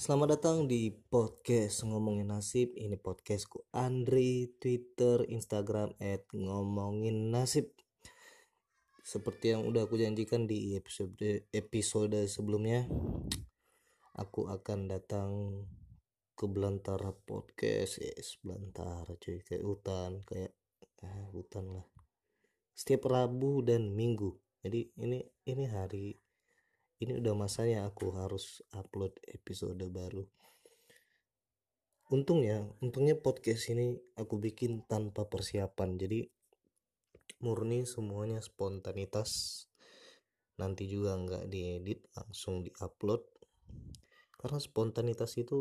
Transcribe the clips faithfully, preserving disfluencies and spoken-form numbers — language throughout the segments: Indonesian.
Selamat datang di podcast ngomongin nasib. Ini podcastku Andri, Twitter, Instagram at ngomongin nasib. Seperti yang udah aku janjikan di episode episode sebelumnya, aku akan datang ke belantara podcast. Yes, belantara cuy, kayak hutan, kayak ah, hutan lah. Setiap Rabu dan Minggu. Jadi ini ini hari ini udah masanya aku harus upload episode baru. Untungnya, untungnya podcast ini aku bikin tanpa persiapan. Jadi murni semuanya spontanitas. Nanti juga nggak diedit, langsung diupload. Karena spontanitas itu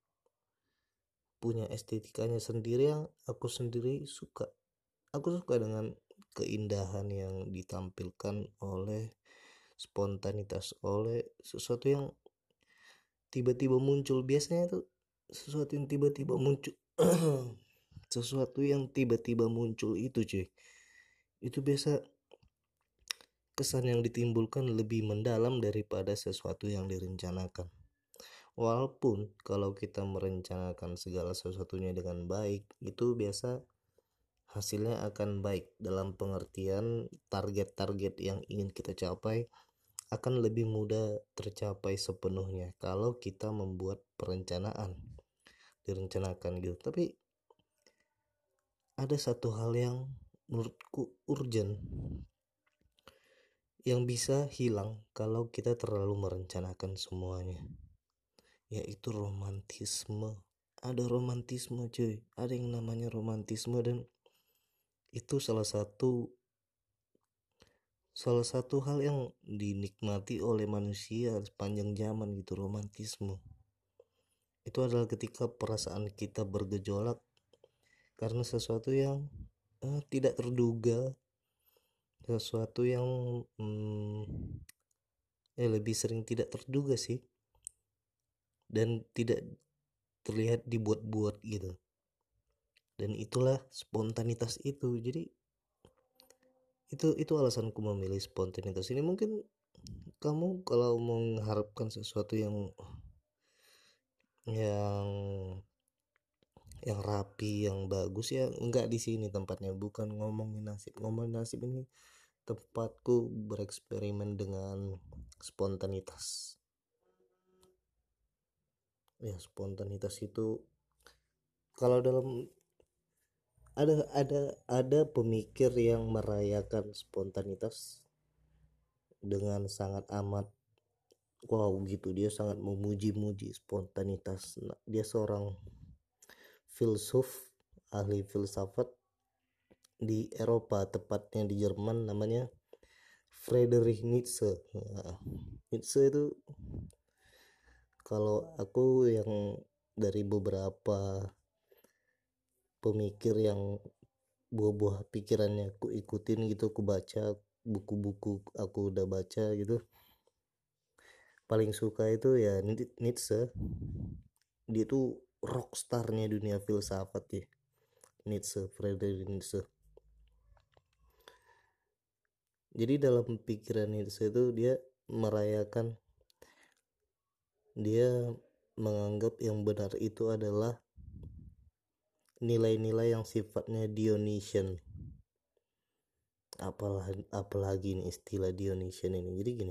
punya estetikanya sendiri yang aku sendiri suka. Aku suka dengan keindahan yang ditampilkan oleh spontanitas, oleh sesuatu yang tiba-tiba muncul. Biasanya itu sesuatu yang tiba-tiba muncul sesuatu yang tiba-tiba muncul itu cuy, itu biasa kesan yang ditimbulkan lebih mendalam daripada sesuatu yang direncanakan. Walaupun kalau kita merencanakan segala sesuatunya dengan baik, itu biasa hasilnya akan baik, dalam pengertian target-target yang ingin kita capai akan lebih mudah tercapai sepenuhnya kalau kita membuat perencanaan, direncanakan gitu. Tapi ada satu hal yang menurutku urgent yang bisa hilang kalau kita terlalu merencanakan semuanya, yaitu romantisme. Ada romantisme cuy, ada yang namanya romantisme, dan itu salah satu salah satu hal yang dinikmati oleh manusia sepanjang zaman gitu. Romantisme itu adalah ketika perasaan kita bergejolak karena sesuatu yang eh, tidak terduga, sesuatu yang hmm, eh lebih sering tidak terduga sih, dan tidak terlihat dibuat-buat gitu. Dan itulah spontanitas itu. Jadi itu itu alasanku memilih spontanitas ini. Mungkin kamu kalau mengharapkan sesuatu yang yang yang rapi, yang bagus, ya enggak, di sini tempatnya bukan ngomongin nasib. Ngomongin nasib ini tempatku bereksperimen dengan spontanitas. Ya, spontanitas itu kalau dalam ada ada ada pemikir yang merayakan spontanitas dengan sangat amat wow gitu. Dia sangat memuji-muji spontanitas. Nah, dia seorang filsuf, ahli filsafat di Eropa, tepatnya di Jerman, namanya Friedrich Nietzsche. Nah, Nietzsche itu kalau aku yang dari beberapa pemikir yang buah-buah pikirannya aku ikutin gitu, aku baca buku-buku, aku udah baca gitu, paling suka itu ya Nietzsche. Dia tuh rockstarnya dunia filsafat ya, Nietzsche, Friedrich Nietzsche. Jadi dalam pikiran Nietzsche itu dia merayakan, dia menganggap yang benar itu adalah nilai-nilai yang sifatnya Dionysian. Apalagi, apalagi ini istilah Dionysian ini. Jadi gini,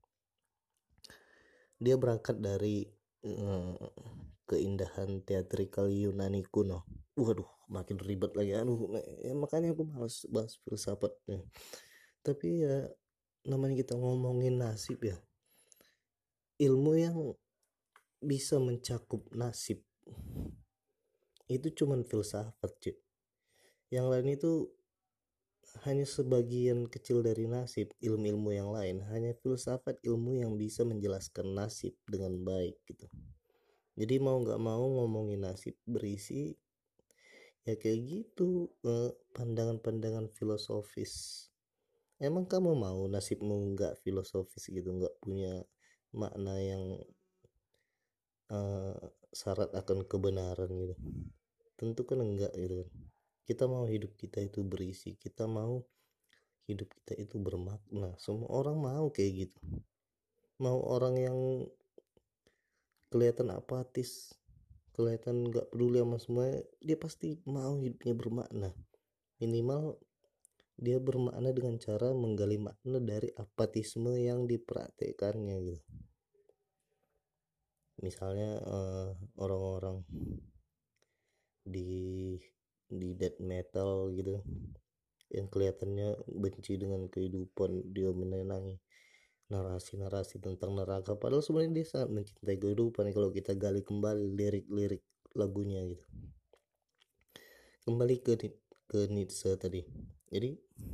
dia berangkat dari eh, keindahan teatrikal Yunani kuno. Waduh, makin ribet lagi. Aduh, ya makanya aku malas bahas filsafat. Tapi ya namanya kita ngomongin nasib ya. Ilmu yang bisa mencakup nasib itu cuman filsafat, cuy. Yang lain itu hanya sebagian kecil dari nasib. Ilmu-ilmu yang lain hanya filsafat, ilmu yang bisa menjelaskan nasib dengan baik gitu. Jadi mau nggak mau ngomongin nasib berisi ya kayak gitu, eh, pandangan-pandangan filosofis. Emang kamu mau nasibmu nggak filosofis gitu, nggak punya makna yang eh, syarat akan kebenaran gitu? Tentu kan enggak gitu kan. Kita mau hidup kita itu berisi, kita mau hidup kita itu bermakna. Semua orang mau kayak gitu. Mau orang yang kelihatan apatis, kelihatan nggak peduli sama semua, dia pasti mau hidupnya bermakna. Minimal dia bermakna dengan cara menggali makna dari apatisme yang dipraktekannya gitu. Misalnya uh, orang-orang di di death metal gitu yang kelihatannya benci dengan kehidupan, dia menenangi narasi-narasi tentang neraka, padahal sebenarnya dia sangat mencintai kehidupan kalau kita gali kembali lirik-lirik lagunya gitu. Kembali ke ke Nietzsche tadi. Jadi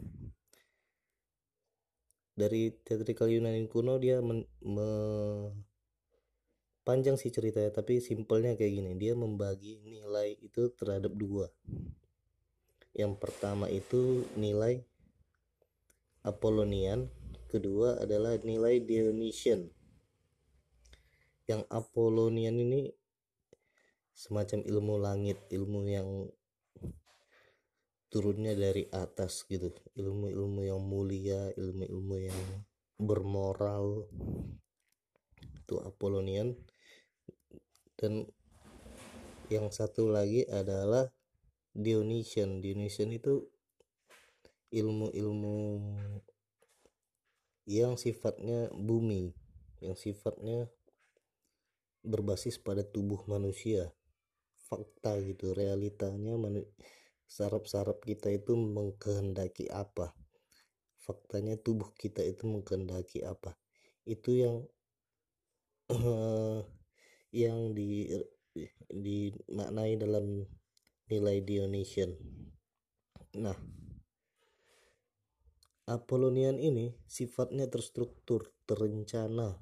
dari teatrikal Yunani kuno dia men, me, panjang sih ceritanya, tapi simpelnya kayak gini, dia membagi nilai itu terhadap dua. Yang pertama itu nilai Apollonian, kedua adalah nilai Dionysian. Yang Apollonian ini semacam ilmu langit, ilmu yang turunnya dari atas gitu, ilmu-ilmu yang mulia, ilmu-ilmu yang bermoral, itu Apollonian. Dan yang satu lagi adalah Dionysian. Dionysian itu ilmu-ilmu yang sifatnya bumi, yang sifatnya berbasis pada tubuh manusia, fakta gitu, realitanya manu- saraf-saraf kita itu mengkehendaki apa, faktanya tubuh kita itu mengkehendaki apa, itu yang uh, yang di dimaknai dalam nilai Dionysian. Nah, Apollonian ini sifatnya terstruktur, terencana,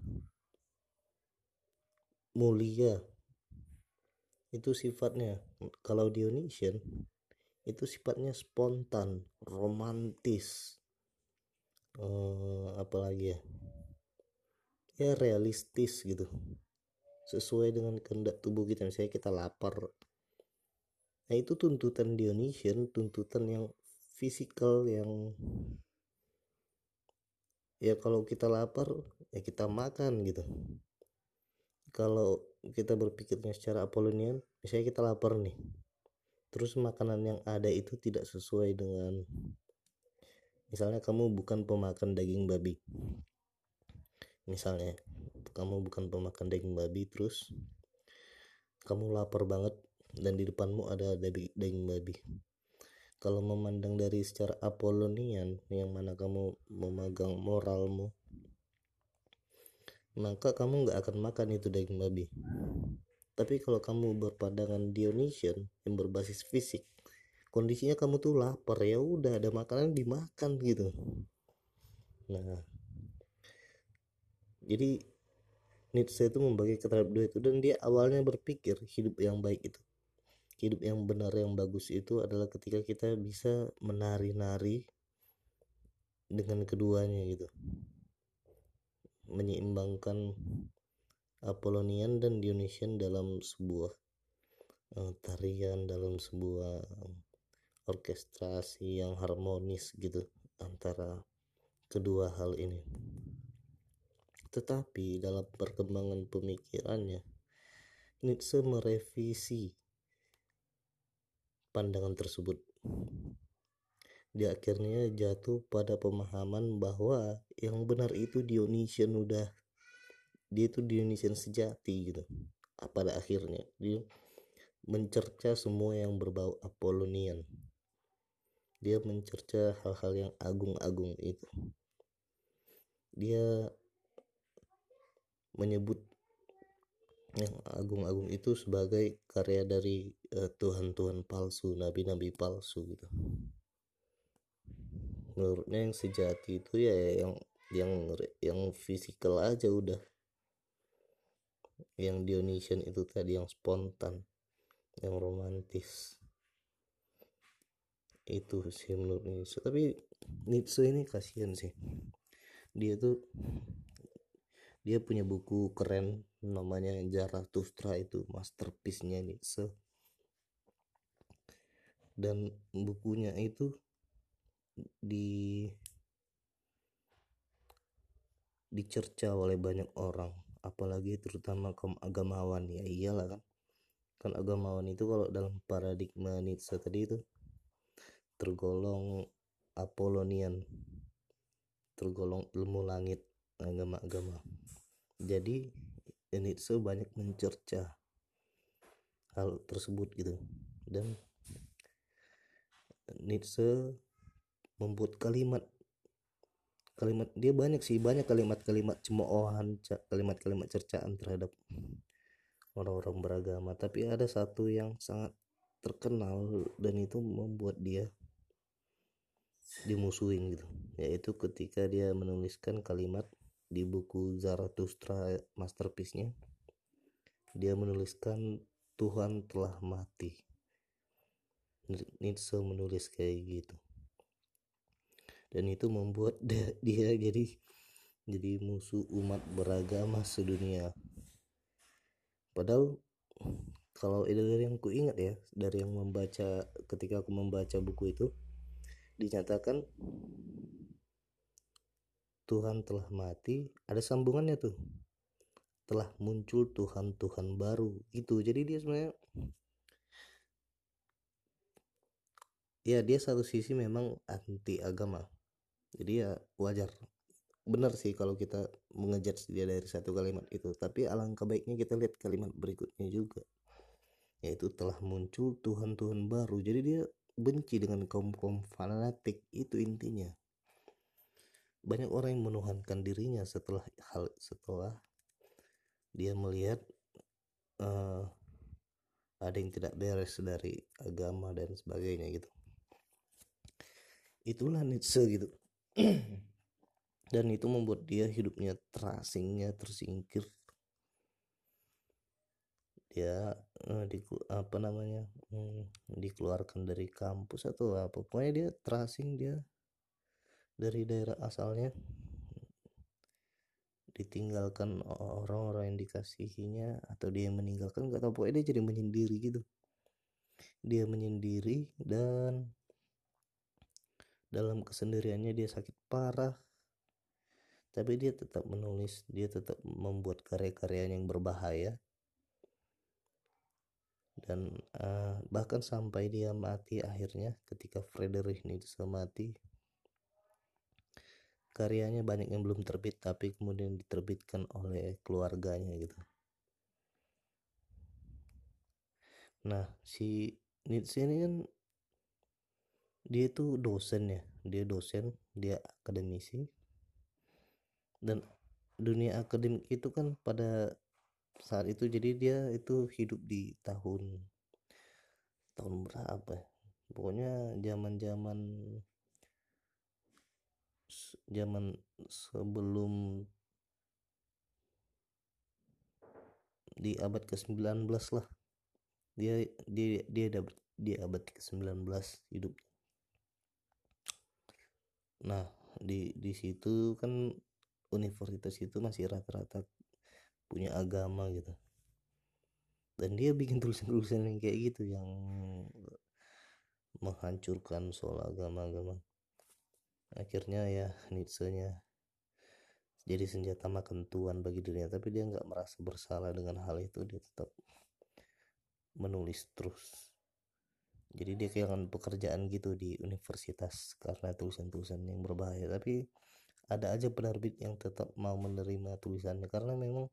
mulia, itu sifatnya. Kalau Dionysian itu sifatnya spontan, romantis, eh, apalagi ya ya realistis gitu, sesuai dengan kehendak tubuh kita. Misalnya kita lapar, nah itu tuntutan Dionysian, tuntutan yang fisikal, yang ya kalau kita lapar ya kita makan gitu. Kalau kita berpikirnya secara Apollonian, misalnya kita lapar nih, terus makanan yang ada itu tidak sesuai dengan, misalnya kamu bukan pemakan daging babi, misalnya kamu bukan pemakan daging babi, terus kamu lapar banget dan di depanmu ada daging babi. Kalau memandang dari secara Apollonian, yang mana kamu memegang moralmu, maka kamu nggak akan makan itu daging babi. Tapi kalau kamu berpandangan Dionysian yang berbasis fisik, kondisinya kamu tuh lapar, ya udah ada makanan dimakan gitu. Nah, jadi Nietzsche itu membagi terhadap dua itu, dan dia awalnya berpikir hidup yang baik itu, hidup yang benar, yang bagus itu adalah ketika kita bisa menari-nari dengan keduanya gitu, menyeimbangkan Apollonian dan Dionysian dalam sebuah uh, tarian, dalam sebuah orkestrasi yang harmonis gitu antara kedua hal ini. Tetapi dalam perkembangan pemikirannya, Nietzsche merevisi pandangan tersebut. Dia akhirnya jatuh pada pemahaman bahwa yang benar itu Dionysian, udah dia itu Dionysian sejati gitu. Pada akhirnya dia mencerca semua yang berbau Apollonian. Dia mencerca hal-hal yang agung-agung itu. Dia menyebut yang agung-agung itu sebagai karya dari uh, Tuhan-Tuhan palsu, nabi-nabi palsu gitu. Menurutnya yang sejati itu ya yang yang yang fisikal aja udah. Yang Dionysian itu tadi yang spontan, yang romantis. Itu sih menurut Nietzsche. Tapi Nietzsche ini kasihan sih. Dia tuh dia punya buku keren namanya Zarathustra, itu masterpiece-nya Nietzsche. Dan bukunya itu di dicerca oleh banyak orang, apalagi terutama kaum agamawan. Ya iyalah kan, kan agamawan itu kalau dalam paradigma Nietzsche tadi itu tergolong Apollonian, tergolong ilmu langit, agama-agama. Jadi Nietzsche banyak mencerca hal tersebut gitu, dan Nietzsche membuat kalimat kalimat dia banyak sih banyak kalimat-kalimat cemoohan, kalimat-kalimat cercaan terhadap orang-orang beragama, tapi ada satu yang sangat terkenal dan itu membuat dia dimusuhin gitu, yaitu ketika dia menuliskan kalimat di buku Zarathustra masterpiece-nya. Dia menuliskan Tuhan telah mati. Nietzsche menulis kayak gitu, dan itu membuat dia, dia jadi jadi musuh umat beragama sedunia. Padahal kalau itu dari yang ku ingat ya, dari yang membaca, ketika aku membaca buku itu dinyatakan Tuhan telah mati, ada sambungannya tuh, telah muncul Tuhan-Tuhan baru itu. Jadi dia sebenarnya ya dia satu sisi memang anti agama, jadi ya wajar, benar sih kalau kita mengejudge dia dari satu kalimat itu, tapi alangkah baiknya kita lihat kalimat berikutnya juga, yaitu telah muncul Tuhan-Tuhan baru. Jadi dia benci dengan kaum-kaum fanatik, itu intinya. Banyak orang yang menuhankan dirinya setelah hal setelah dia melihat uh, ada yang tidak beres dari agama dan sebagainya gitu. Itulah Nietzsche gitu. Dan itu membuat dia hidupnya terasingnya tersingkir. Dia eh, di apa namanya hmm, dikeluarkan dari kampus atau apa, pokoknya dia terasing, dia dari daerah asalnya ditinggalkan orang-orang yang dikasihinya, atau dia meninggalkan, nggak tahu, pokoknya dia jadi menyendiri gitu. Dia menyendiri dan dalam kesendiriannya dia sakit parah, tapi dia tetap menulis, dia tetap membuat karya-karya yang berbahaya. Dan uh, bahkan sampai dia mati akhirnya, ketika Friedrich Nietzsche mati, karyanya banyak yang belum terbit tapi kemudian diterbitkan oleh keluarganya gitu. Nah, si Nietzsche ini kan dia tuh dosen ya, dia dosen, dia akademisi, dan dunia akademik itu kan pada saat itu, jadi dia itu hidup di tahun tahun berapa ya, pokoknya zaman-zaman zaman sebelum di abad ke sembilan belas lah, dia dia dia dia, dia abad ke sembilan belas hidup. Nah, di di situ kan universitas itu masih rata-rata punya agama gitu, dan dia bikin tulisan-tulisan yang kayak gitu yang menghancurkan soal agama-agama. Akhirnya ya Nietzsche-nya jadi senjata makan tuan bagi dirinya, tapi dia nggak merasa bersalah dengan hal itu, dia tetap menulis terus. Jadi dia kehilangan pekerjaan gitu di universitas karena tulisan-tulisan yang berbahaya, tapi ada aja penerbit yang tetap mau menerima tulisannya karena memang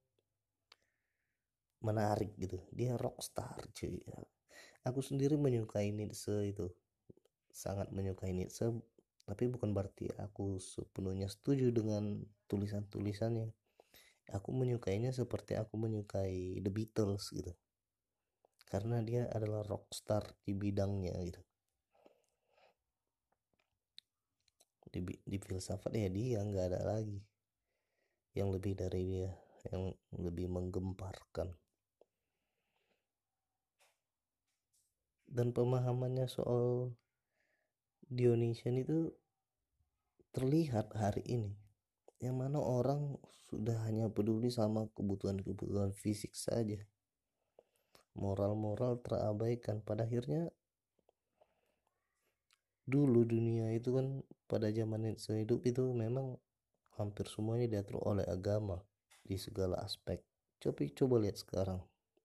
menarik gitu. Dia rockstar cuy. Aku sendiri menyukai Nietzsche itu, sangat menyukai Nietzsche, tapi bukan berarti aku sepenuhnya setuju dengan tulisan-tulisannya. Aku menyukainya seperti aku menyukai The Beatles gitu, karena dia adalah rockstar di bidangnya gitu. Di, di filsafat ya dia nggak ada lagi yang lebih dari dia, yang lebih menggemparkan. Dan pemahamannya soal Dionysian itu terlihat hari ini, yang mana orang sudah hanya peduli sama kebutuhan-kebutuhan fisik saja, moral-moral terabaikan. Pada akhirnya dulu dunia itu kan pada zaman Nietzsche hidup itu memang hampir semuanya diatur oleh agama, di segala aspek. Coba coba lihat sekarang,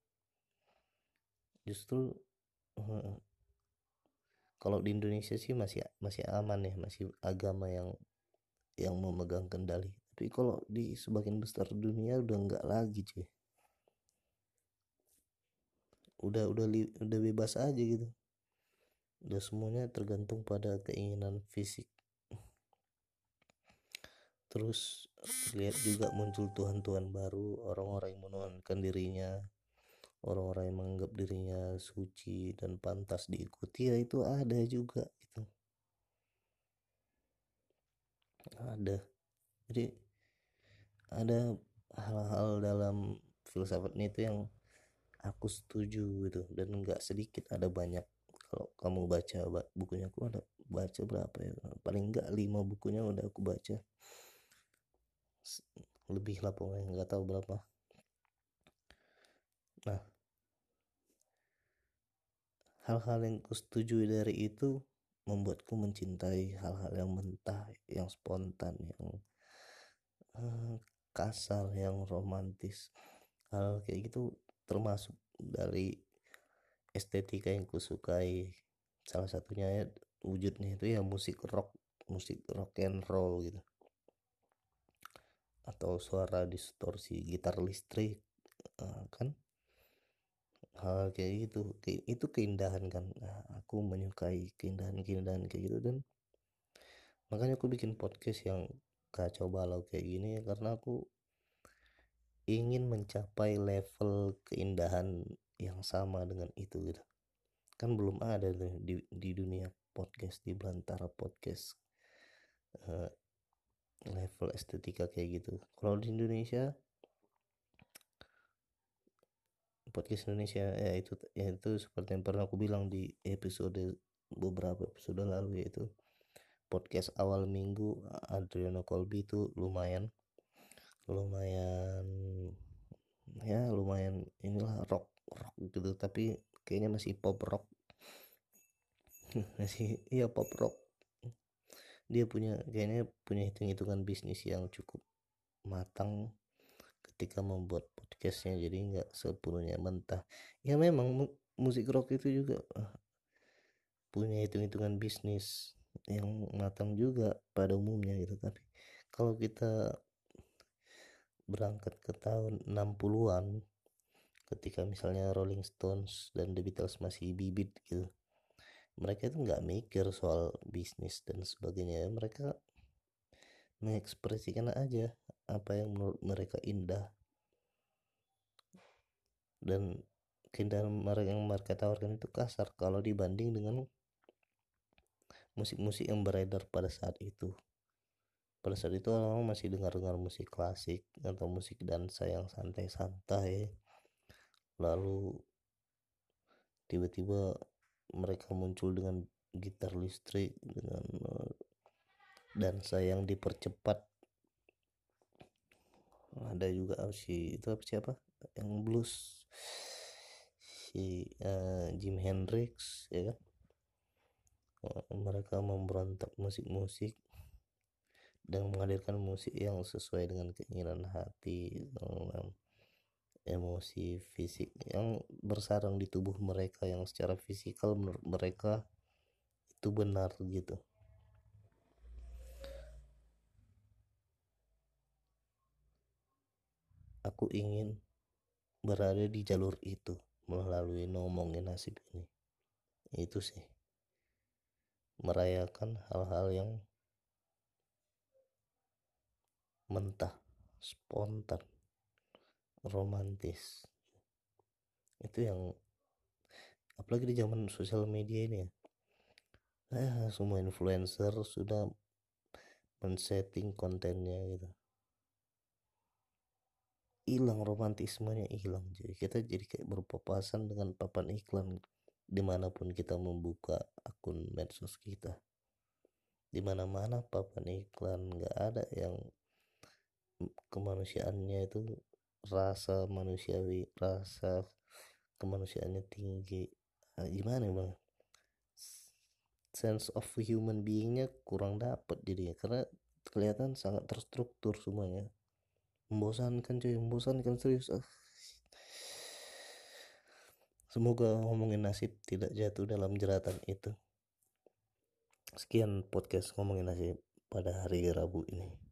justru uh, kalau di Indonesia sih masih masih aman ya, masih agama yang yang memegang kendali. Tapi kalau di sebagian besar dunia udah enggak lagi cuy. Udah udah li, udah bebas aja gitu. Udah semuanya tergantung pada keinginan fisik. Terus lihat juga muncul tuhan-tuhan baru, orang-orang yang menuhankan dirinya, orang-orang yang menganggap dirinya suci dan pantas diikuti, ya itu ada juga gitu. Ada. Jadi ada hal-hal dalam filsafatnya itu yang aku setuju gitu, dan nggak sedikit, ada banyak. Kalau kamu baca bukunya, aku ada baca berapa ya, paling nggak lima bukunya udah aku baca, lebih lah pokoknya, nggak tahu berapa. Nah, hal-hal yang ku setuju dari itu membuatku mencintai hal-hal yang mentah, yang spontan, yang uh, kasar, yang romantis. Hal kayak gitu termasuk dari estetika yang kusukai. Salah satunya ya, wujudnya itu ya musik rock, musik rock and roll gitu, atau suara distorsi gitar listrik, uh, kan hal kayak gitu, kayak itu keindahan kan. Nah, aku menyukai keindahan-keindahan kayak gitu, dan makanya aku bikin podcast yang kacau balau kayak gini, karena aku ingin mencapai level keindahan yang sama dengan itu gitu. Kan belum ada tuh di, di dunia podcast, di belantara podcast, uh, level estetika kayak gitu. Kalau di Indonesia, podcast Indonesia ya itu ya itu seperti yang pernah aku bilang di episode beberapa episode lalu, yaitu podcast awal minggu Adriano Colby itu lumayan lumayan ya lumayan inilah, rock rock gitu, tapi kayaknya masih pop rock. Masih iya pop rock. Dia punya kayaknya punya hitung-hitungan bisnis yang cukup matang ketika membuat podcastnya, jadi nggak sepenuhnya mentah. Ya memang mu- musik rock itu juga uh, punya hitung-hitungan bisnis yang matang juga pada umumnya gitu. Tapi kalau kita berangkat ke tahun enam puluhan, ketika misalnya Rolling Stones dan The Beatles masih bibit gitu, mereka itu nggak mikir soal bisnis dan sebagainya. Mereka mengekspresikan aja apa yang menurut mereka indah, dan keindahan mereka yang mereka tawarkan itu kasar kalau dibanding dengan musik-musik yang beredar pada saat itu. Pada saat itu orang masih dengar-dengar musik klasik atau musik dansa yang santai-santai, lalu tiba-tiba mereka muncul dengan gitar listrik, dengan uh, dansa yang dipercepat. Ada juga si itu apa siapa yang blues, si uh, Jim Hendrix ya kan. Uh, mereka memberontak musik-musik dan menghadirkan musik yang sesuai dengan keinginan hati, dengan emosi fisik yang bersarang di tubuh mereka, yang secara fisikal menurut mereka itu benar gitu. Aku ingin berada di jalur itu melalui ngomongin nasib ini. Itu sih, merayakan hal-hal yang mentah, spontan, romantis. Itu yang apalagi di zaman sosial media ini ya. Eh, semua influencer sudah men-setting kontennya gitu. Hilang romantismenya, hilang. Jadi kita jadi kayak berpapasan dengan papan iklan dimanapun kita membuka akun medsos kita. Dimana-mana papan iklan, nggak ada yang kemanusiaannya itu, rasa manusiawi, rasa kemanusiaannya tinggi. Nah, gimana bang, sense of human beingnya kurang dapat jadinya, karena kelihatan sangat terstruktur semuanya. Membosankan cuy, membosankan serius. Ah. Semoga ngomongin nasib tidak jatuh dalam jeratan itu. Sekian podcast ngomongin nasib pada hari Rabu ini.